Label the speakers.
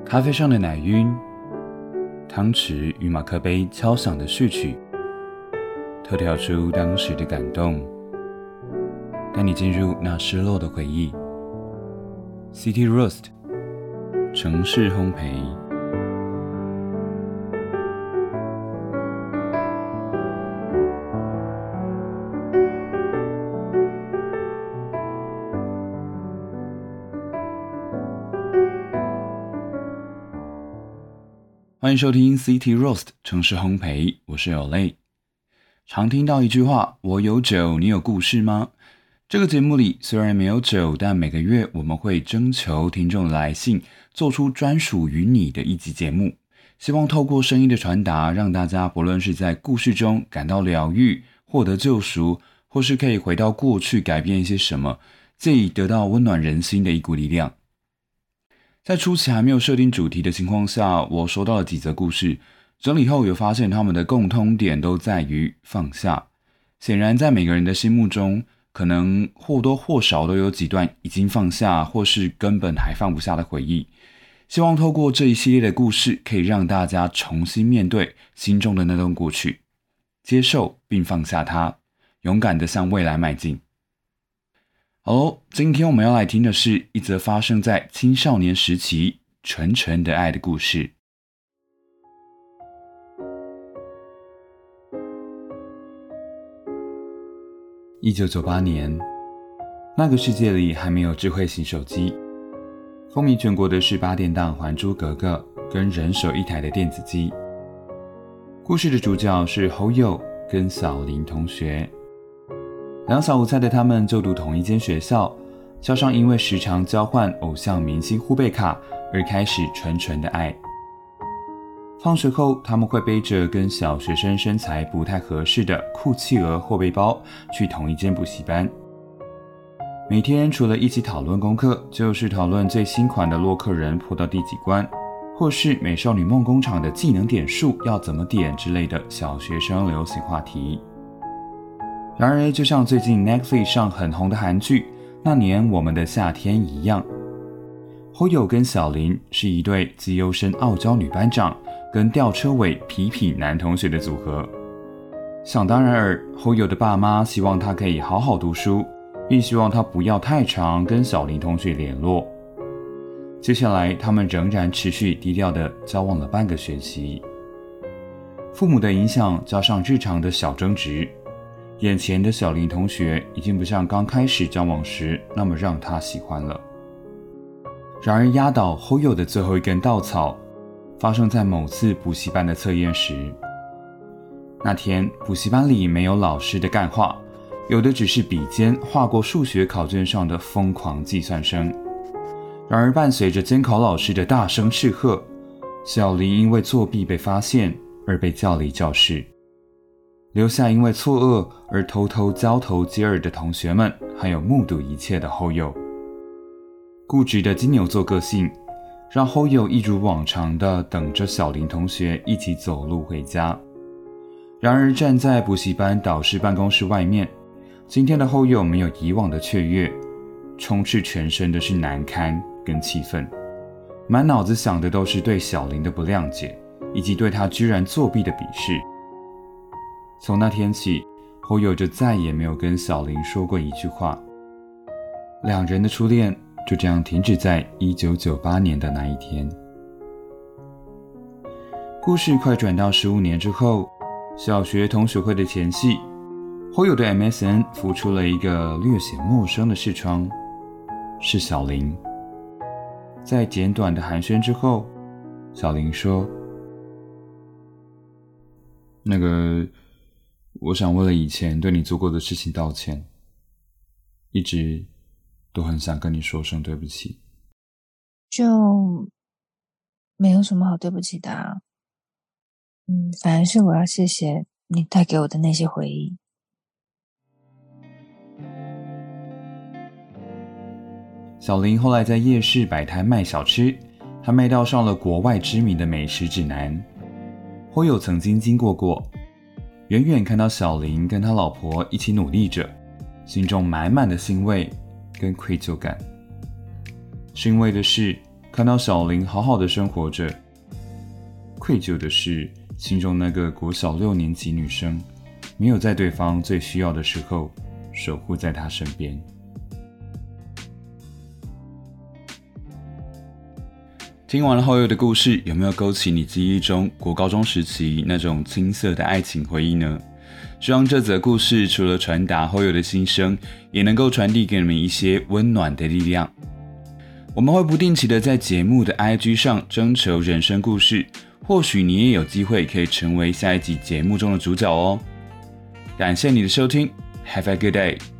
Speaker 1: 咖啡上的奶晕，汤匙与马克杯敲响的序曲，透跳出当时的感动，带你进入那失落的回忆。City Roast 城市烘焙。欢迎收听 City Roast 城市烘焙，我是有类。常听到一句话，我有酒，你有故事吗？这个节目里虽然没有酒，但每个月我们会征求听众的来信，做出专属于你的一集节目，希望透过声音的传达，让大家不论是在故事中感到疗愈，获得救赎，或是可以回到过去改变一些什么，借以得到温暖人心的一股力量。在初期还没有设定主题的情况下，我收到了几则故事，整理后有发现他们的共通点都在于放下。显然在每个人的心目中，可能或多或少都有几段已经放下，或是根本还放不下的回忆。希望透过这一系列的故事，可以让大家重新面对心中的那段过去，接受并放下它，勇敢地向未来迈进。好咯，今天我们要来听的是一则发生在青少年时期纯纯的爱的故事。1998年，那个世界里还没有智慧型手机，风靡全国的是8点档《还珠格格》跟人手一台的电子机。故事的主角是侯友跟小林同学，两小无猜的他们就读同一间学校，加上因为时常交换偶像明星护贝卡而开始纯纯的爱。放学后，他们会背着跟小学生身材不太合适的酷企鹅后背包去同一间补习班。每天除了一起讨论功课，就是讨论最新款的洛克人破到第几关，或是美少女梦工厂的技能点数要怎么点之类的小学生流行话题。然而就像最近 Netflix 上很红的韩剧《那年我们的夏天》一样，侯友跟小林是一对资优生傲娇女班长跟吊车尾痞痞男同学的组合。想当然尔，侯友的爸妈希望他可以好好读书，并希望他不要太常跟小林同学联络。接下来他们仍然持续低调地交往了半个学期。父母的影响加上日常的小争执，眼前的小林同学已经不像刚开始交往时那么让他喜欢了。然而压倒侯友的最后一根稻草发生在某次补习班的测验时。那天补习班里没有老师的干话，有的只是笔尖划过数学考卷上的疯狂计算声。然而伴随着监考老师的大声斥喝，小林因为作弊被发现而被叫离教室，留下因为错愕而偷偷交头接耳的同学们，还有目睹一切的侯友。固执的金牛座个性让侯友一如往常的等着小林同学一起走路回家。然而站在补习班导师办公室外面，今天的侯友没有以往的雀跃，充斥全身的是难堪跟气愤，满脑子想的都是对小林的不谅解，以及对他居然作弊的鄙视。从那天起，侯友就再也没有跟小林说过一句话。两人的初恋就这样停止在1998年的那一天。故事快转到15年之后，小学同学会的前夕，侯友的 MSN 浮出了一个略显陌生的视窗，是小林。在简短的寒暄之后，小林说：我想为了以前对你做过的事情道歉，一直都很想跟你说声对不起。
Speaker 2: 就没有什么好对不起的啊。反而是我要谢谢你带给我的那些回忆。
Speaker 1: 小林后来在夜市摆摊卖小吃，还卖到上了国外知名的美食指南。侯友曾经经过，远远看到小林跟他老婆一起努力着，心中满满的欣慰跟愧疚感。欣慰的是， 看到小林好好的生活着，愧疚的是心中那个国小6年级女生没有在对方最需要的时候守护在他身边。听完了后友的故事，有没有勾起你记忆中国高中时期那种青涩的爱情回忆呢？希望这则故事除了传达后友的心声，也能够传递给你们一些温暖的力量。我们会不定期的在节目的 IG 上征求人生故事，或许你也有机会可以成为下一集节目中的主角哦。感谢你的收听， Have a good day。